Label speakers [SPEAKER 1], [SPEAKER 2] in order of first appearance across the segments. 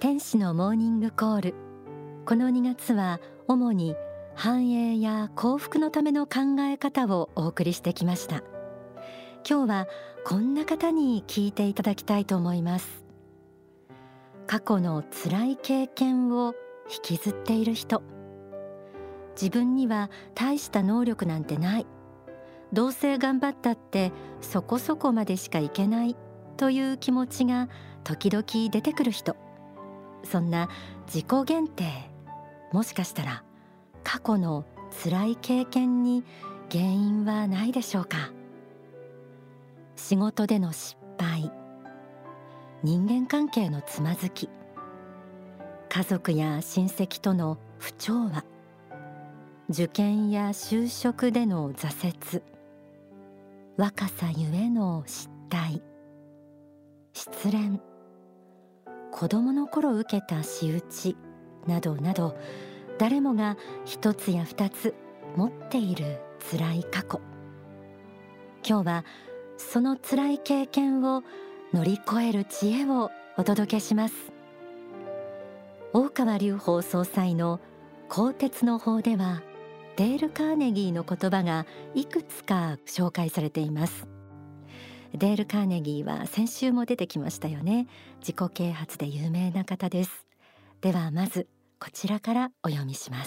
[SPEAKER 1] 天使のモーニングコール。この2月は主に繁栄や幸福のための考え方をお送りしてきました。今日はこんな方に聞いていただきたいと思います。過去の辛い経験を引きずっている人、自分には大した能力なんてない、どうせ頑張ったってそこそこまでしかいけないという気持ちが時々出てくる人、そんな自己限定、もしかしたら過去の辛い経験に原因はないでしょうか。仕事での失敗、人間関係のつまずき、家族や親戚との不調和、受験や就職での挫折、若さゆえの失態、失恋、子供の頃受けた仕打ちなどなど、誰もが一つや二つ持っている辛い過去。今日はその辛い経験を乗り越える知恵をお届けします。大川隆法総裁の鋼鉄の法では、デール・カーネギーの言葉がいくつか紹介されています。デール・カーネギーは先週も出てきましたよね。自己啓発で有名な方です。ではまずこちらからお読みします。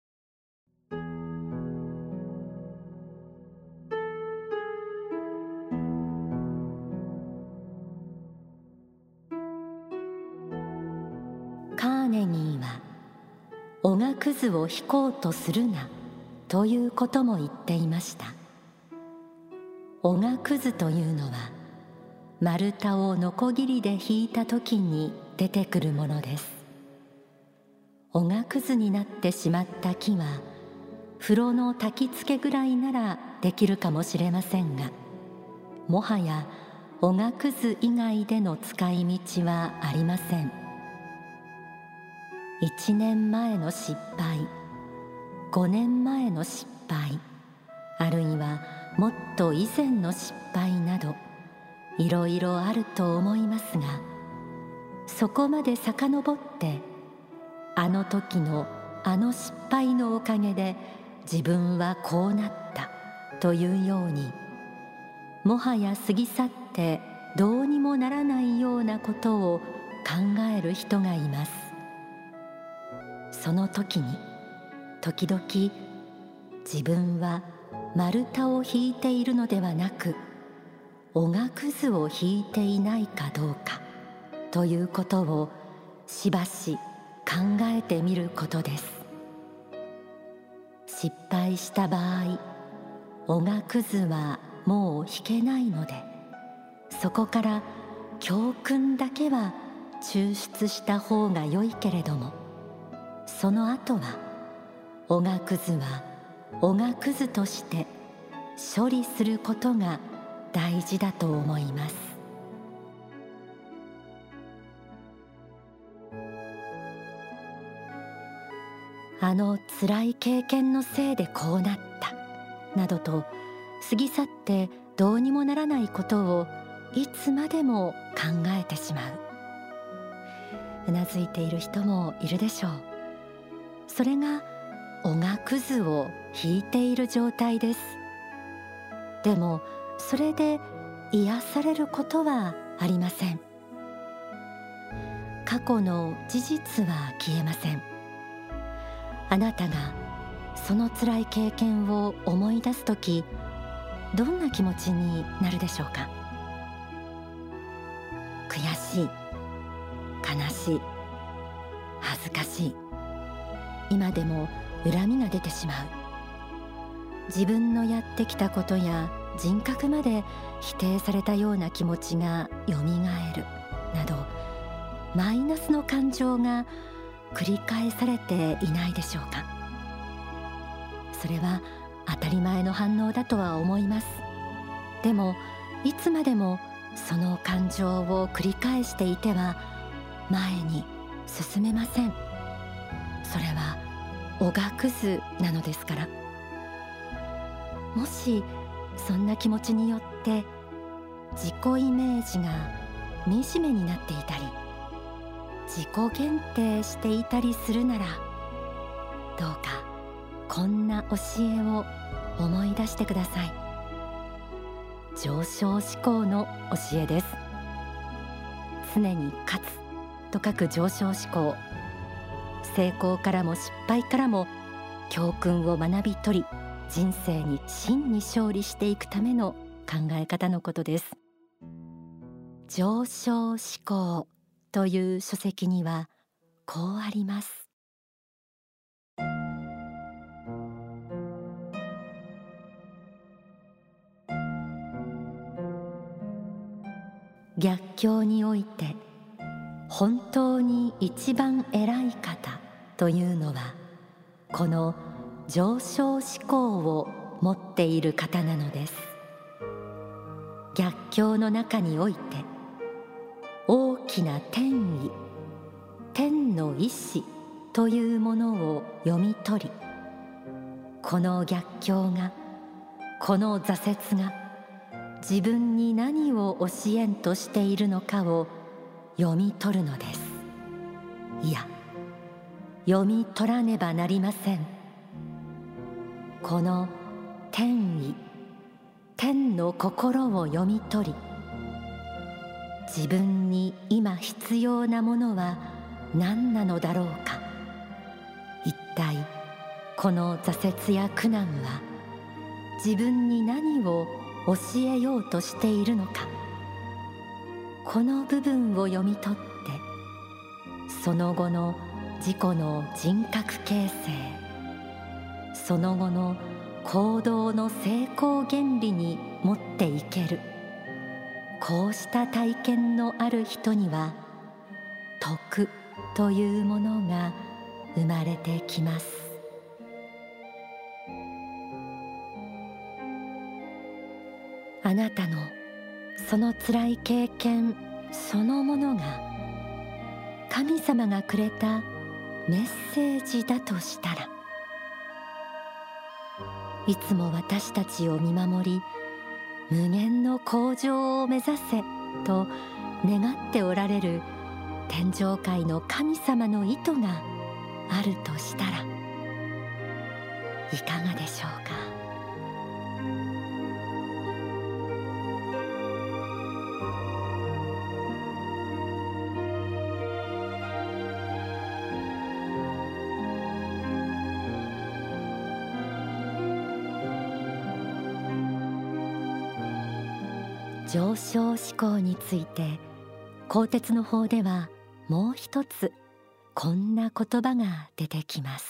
[SPEAKER 1] カーネギーは、おがくずを引こうとするなということも言っていました。おがくずというのは、丸太をノコギリで引いた時に出てくるものです。おがくずになってしまった木は、風呂の焚き付けぐらいならできるかもしれませんが、もはやおがくず以外での使い道はありません。1年前の失敗、5年前の失敗、あるいはもっと以前の失敗など、いろいろあると思いますが、そこまで遡って、あの時のあの失敗のおかげで自分はこうなったというように、もはや過ぎ去ってどうにもならないようなことを考える人がいます。その時に時々、自分は丸太を引いているのではなく、おがくずを引いていないかどうかということをしばし考えてみることです。失敗した場合、おがくずはもう引けないので、そこから教訓だけは抽出した方が良いけれども、その後はおがくずはおがくずとして処理することが大事だと思います。あの辛い経験のせいでこうなったなどと、過ぎ去ってどうにもならないことをいつまでも考えてしまう。うなずいている人もいるでしょう。それがおがくずを引いている状態です。でもそれで癒されることはありません。過去の事実は消えません。あなたがその辛い経験を思い出すとき、どんな気持ちになるでしょうか。悔しい、悲しい、恥ずかしい、今でも恨みが出てしまう。自分のやってきたことや人格まで否定されたような気持ちがよみがえるなど、マイナスの感情が繰り返されていないでしょうか。それは当たり前の反応だとは思います。でもいつまでもその感情を繰り返していては前に進めません。それはおがくずなのですから。もしそんな気持ちによって自己イメージが惨めになっていたり、 自己限定していたりするなら、どうかこんな教えを思い出してください。上昇志向の教えです。常に勝つと書く上昇志向、成功からも失敗からも教訓を学び取り、人生に真に勝利していくための考え方のことです。上昇志向という書籍にはこうあります。逆境において本当に一番偉い方というのは、この上昇志向を持っている方なのです。逆境の中において大きな天意、天の意志というものを読み取り、この逆境が、この挫折が自分に何を教えんとしているのかを読み取るのです。いや、読み取らねばなりません。この天意、天の心を読み取り、自分に今必要なものは何なのだろうか。一体この挫折や苦難は自分に何を教えようとしているのか。この部分を読み取って、その後の自己の人格形成、その後の行動の成功原理に持っていける、こうした体験のある人には徳というものが生まれてきます。あなたのその辛い経験そのものが神様がくれたメッセージだとしたら、いつも私たちを見守り、無限の向上を目指せと願っておられる天上界の神様の意図があるとしたら、いかがでしょうか。上昇志向について、後哲の方ではもう一つこんな言葉が出てきます。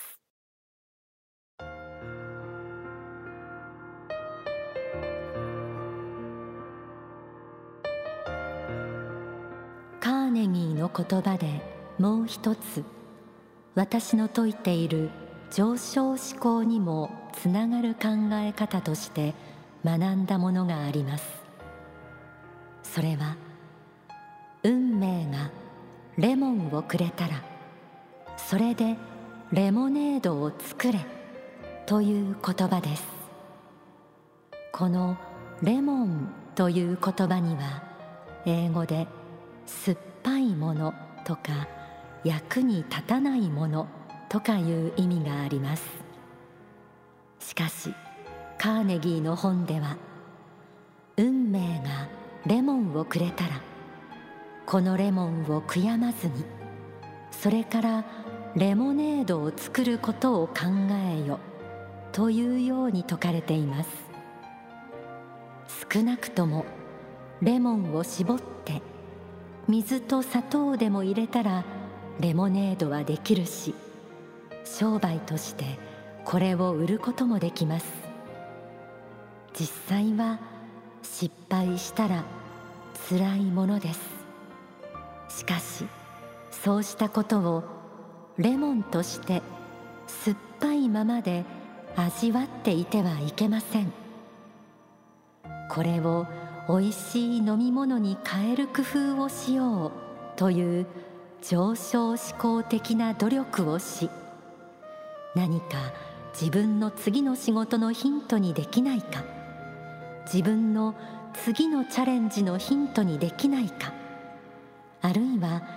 [SPEAKER 1] カーネギーの言葉でもう一つ、私の説いている上昇志向にもつながる考え方として学んだものがあります。それは、運命がレモンをくれたら、それでレモネードを作れという言葉です。このレモンという言葉には、英語で酸っぱいものとか役に立たないものとかいう意味があります。しかしカーネギーの本では、運命がレモンをくれたら、このレモンを悔やまずに、それからレモネードを作ることを考えよというように説かれています。少なくともレモンを絞って水と砂糖でも入れたらレモネードはできるし、商売としてこれを売ることもできます。実際は失敗したら辛いものです。しかしそうしたことをレモンとして酸っぱいままで味わっていてはいけません。これをおいしい飲み物に変える工夫をしようという上昇志向的な努力をし、何か自分の次の仕事のヒントにできないか、自分の次のチャレンジのヒントにできないか、あるいは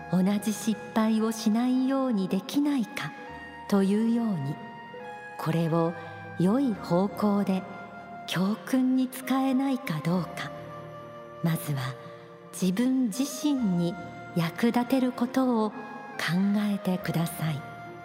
[SPEAKER 1] 同じ失敗をしないようにできないかというように、これを良い方向で教訓に使えないかどうか、まずは自分自身に役立てることを考えてください。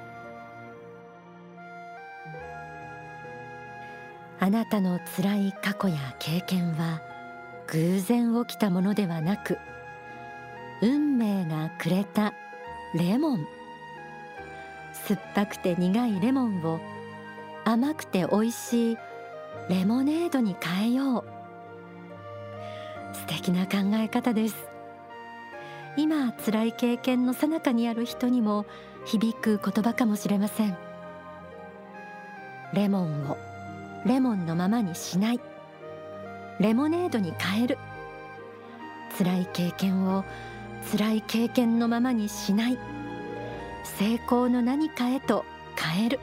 [SPEAKER 1] あなたの辛い過去や経験は偶然起きたものではなく、運命がくれたレモン。酸っぱくて苦いレモンを甘くて美味しいレモネードに変えよう。素敵な考え方です。今辛い経験の最中にある人にも響く言葉かもしれません。レモンをレモンのままにしない、レモネードに変える。辛い経験を辛い経験のままにしない、成功の何かへと変える。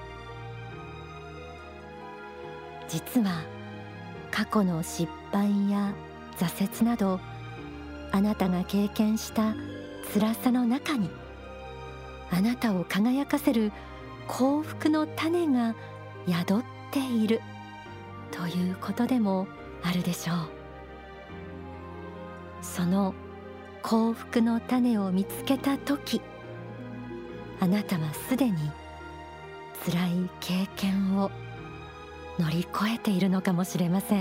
[SPEAKER 1] 実は過去の失敗や挫折など、あなたが経験した辛さの中に、あなたを輝かせる幸福の種が宿っているということでもあるでしょう。その幸福の種を見つけたとき、あなたはすでに辛い経験を乗り越えているのかもしれません。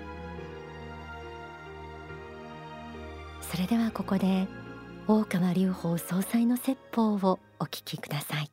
[SPEAKER 1] それではここで大川隆法総裁の説法をお聞きください。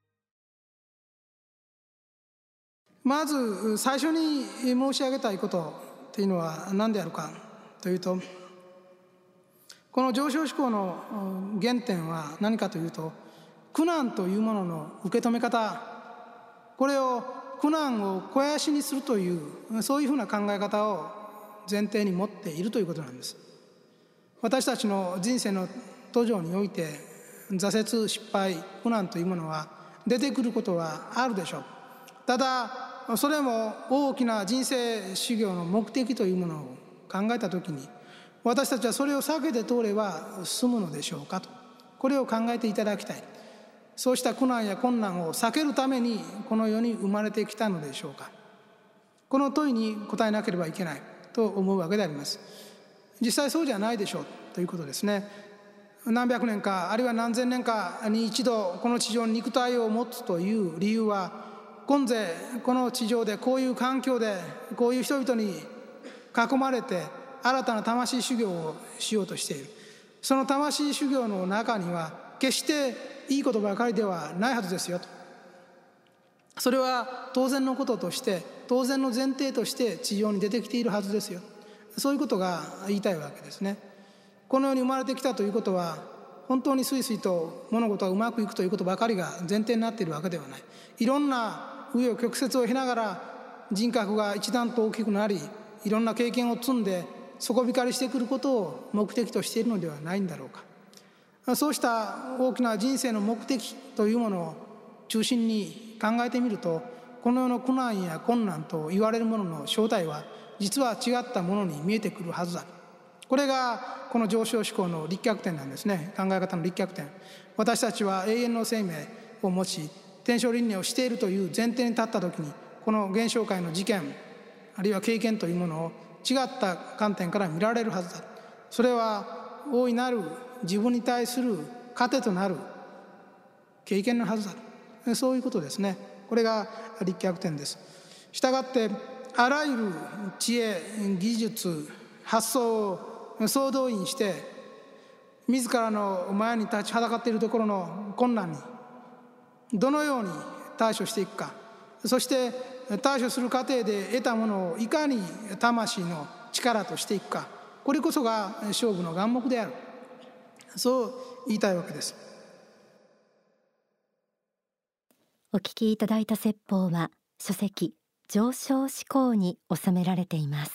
[SPEAKER 2] まず最初に申し上げたいことというのは何であるかというと、この上昇志向の原点は何かというと、苦難というものの受け止め方、これを苦難を肥やしにするという、そういうふうな考え方を前提に持っているということなんです。私たちの人生の途上において挫折、失敗、苦難というものは出てくることはあるでしょう。ただそれも大きな人生修行の目的というものを考えたときに、私たちはそれを避けて通れば済むのでしょうかと、これを考えていただきたい。そうした苦難や困難を避けるためにこの世に生まれてきたのでしょうか。この問いに答えなければいけないと思うわけであります。実際そうじゃないでしょうということですね。何百年かあるいは何千年かに一度この地上に肉体を持つという理由は、今世この地上でこういう環境でこういう人々に囲まれて新たな魂修行をしようとしている。その魂修行の中には決していいことばかりではないはずですよと。それは当然のこととして、当然の前提として地上に出てきているはずですよ。そういうことが言いたいわけですね。この世に生まれてきたということは、本当にスイスイと物事がうまくいくということばかりが前提になっているわけではない。いろんな紆余曲折を経ながら人格が一段と大きくなり、いろんな経験を積んで底光りしてくることを目的としているのではないんだろうか。そうした大きな人生の目的というものを中心に考えてみると、この世の苦難や困難と言われるものの正体は実は違ったものに見えてくるはずだ。これがこの上昇志向の立脚点なんですね。考え方の立脚点。私たちは永遠の生命を持ち、天正輪廻をしているという前提に立った時に、この現象界の事件あるいは経験というものを違った観点から見られるはずだ。それは大いなる自分に対する糧となる経験のはずだ。そういうことですね。これが立脚点です。したがってあらゆる知恵、技術、発想を総動員して自らの前に立ちはだかっているところの困難にどのように対処していくか、そして対処する過程で得たものをいかに魂の力としていくか、これこそが勝負の眼目である、そう言いたいわけです。
[SPEAKER 1] お聞きいただいた説法は書籍上昇志向に収められています。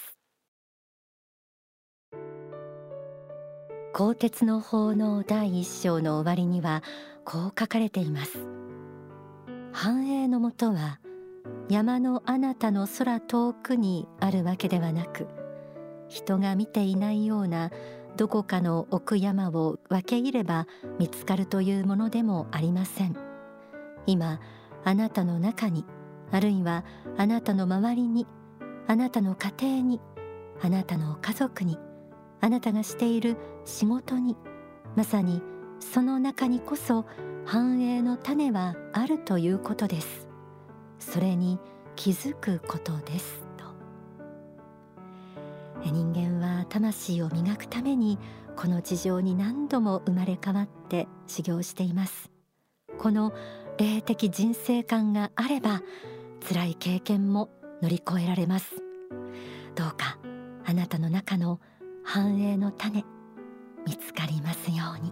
[SPEAKER 1] 鋼鉄の法の第一章の終わりにはこう書かれています。繁栄のもとは山の彼方の空遠くにあるわけではなく、人が見ていないようなどこかの奥山を分け入れば見つかるというものでもありません。今あなたの中に、あるいはあなたの周りに、あなたの家庭に、あなたの家族に、あなたがしている仕事に、まさにその中にこそ繁栄の種はあるということです。それに気づくことですと。人間は魂を磨くためにこの地上に何度も生まれ変わって修行しています。この霊的人生観があれば辛い経験も乗り越えられます。どうかあなたの中の繁栄の種見つかりますように。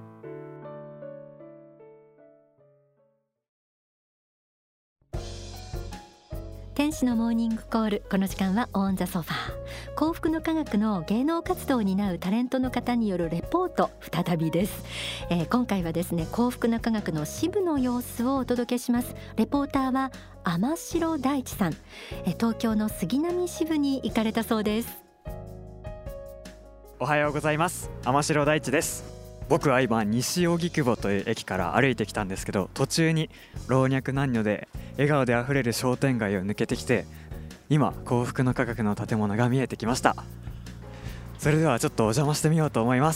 [SPEAKER 1] 天使のモーニングコール、この時間はオンザソファー、幸福の科学の芸能活動を担うタレントの方によるレポート再びです。今回はですね、幸福の科学の支部の様子をお届けします。レポーターは天城大地さん、東京の杉並支部に行かれたそうです。
[SPEAKER 3] おはようございます。天城大地です。僕は今西荻窪という駅から歩いてきたんですけど、途中に老若男女で笑顔であふれる商店街を抜けてきて、今幸福の科学の建物が見えてきました。それではちょっとお邪魔してみようと思います。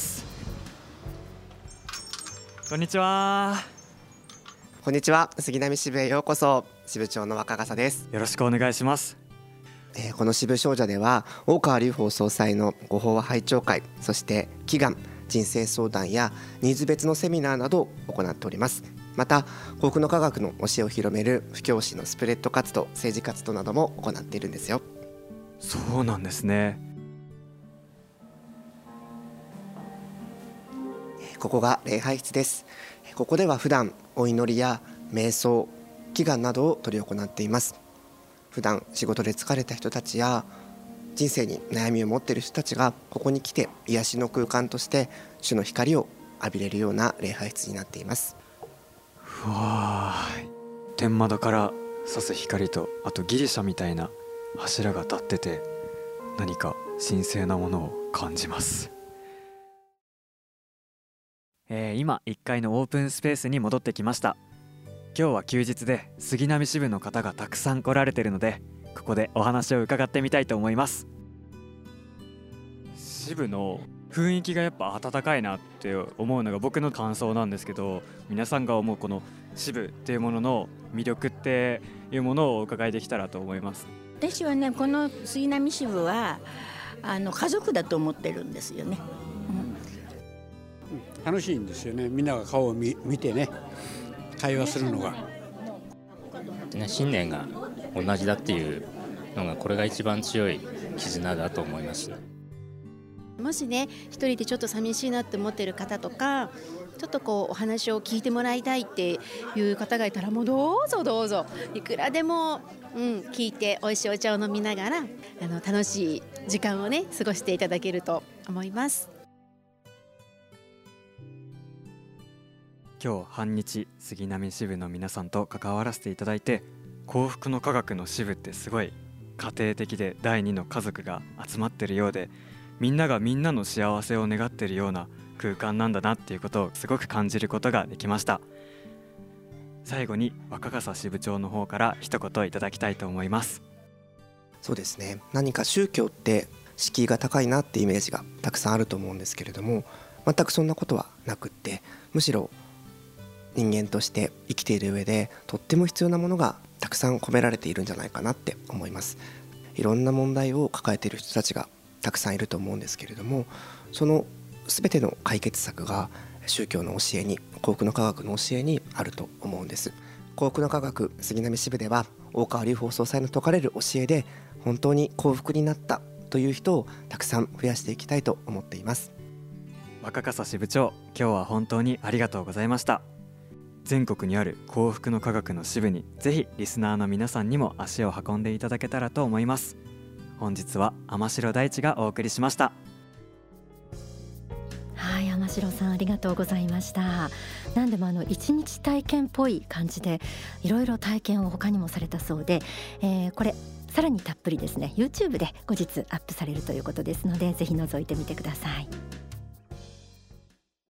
[SPEAKER 3] こんにちは。
[SPEAKER 4] こんにちは。杉並支部へようこそ。支部長の若笠です。
[SPEAKER 3] よろしくお願いします。
[SPEAKER 4] この支部少女では大川隆法総裁のご法話拝聴会、そして祈願、人生相談やニーズ別のセミナーなどを行っております。また幸福の科学の教えを広める布教師のスプレッド活動、政治活動なども行っているんですよ。
[SPEAKER 3] そうなんですね。
[SPEAKER 4] ここが礼拝室です。ここでは普段お祈りや瞑想、祈願などを執り行っています。普段仕事で疲れた人たちや人生に悩みを持っている人たちがここに来て癒しの空間として主の光を浴びれるような礼拝室になっています。
[SPEAKER 3] わー、天窓から差す光と、あとギリシャみたいな柱が立ってて、何か神聖なものを感じます。今1階のオープンスペースに戻ってきました。今日は休日で杉並支部の方がたくさん来られているので、ここでお話を伺ってみたいと思います。支部の雰囲気がやっぱ温かいなって思うのが僕の感想なんですけど、皆さんが思うこの支部っていうものの魅力っていうものをお伺いできたらと思います。
[SPEAKER 5] 私はね、この杉並支部は家族だと思ってるんですよね。
[SPEAKER 6] 楽しいんですよね。みんなが顔を見てね、会話するのが、
[SPEAKER 7] 信念が同じだっていうのが、これが一番強い絆だと思います。
[SPEAKER 8] もしね、一人でちょっと寂しいなって思ってる方とか、ちょっとお話を聞いてもらいたいっていう方がいたら、もうどうぞどうぞ、いくらでも、聞いて美味しいお茶を飲みながら楽しい時間をね過ごしていただけると思います。
[SPEAKER 3] 今日半日杉並支部の皆さんと関わらせていただいて、幸福の科学の支部ってすごい家庭的で第二の家族が集まってるようで、みんながみんなの幸せを願ってるような空間なんだなっていうことをすごく感じることができました。最後に若笠支部長の方から一言いただきたいと思います。
[SPEAKER 4] そうですね、何か宗教って敷居が高いなってイメージがたくさんあると思うんですけれども、全くそんなことはなくって、むしろ人間として生きている上でとっても必要なものがたくさん込められているんじゃないかなって思います。いろんな問題を抱えている人たちがたくさんいると思うんですけれども、その全ての解決策が宗教の教えに、幸福の科学の教えにあると思うんです。幸福の科学杉並支部では大川隆法総裁の説かれる教えで本当に幸福になったという人をたくさん増やしていきたいと思っています。
[SPEAKER 3] 若笠支部長、今日は本当にありがとうございました。全国にある幸福の科学の支部にぜひリスナーの皆さんにも足を運んでいただけたらと思います。本日は天城大地がお送りしました。
[SPEAKER 1] はい、天城さんありがとうございました。何でも一日体験っぽい感じでいろいろ体験を他にもされたそうで、これさらにたっぷりですね YouTube で後日アップされるということですので、ぜひ覗いてみてください。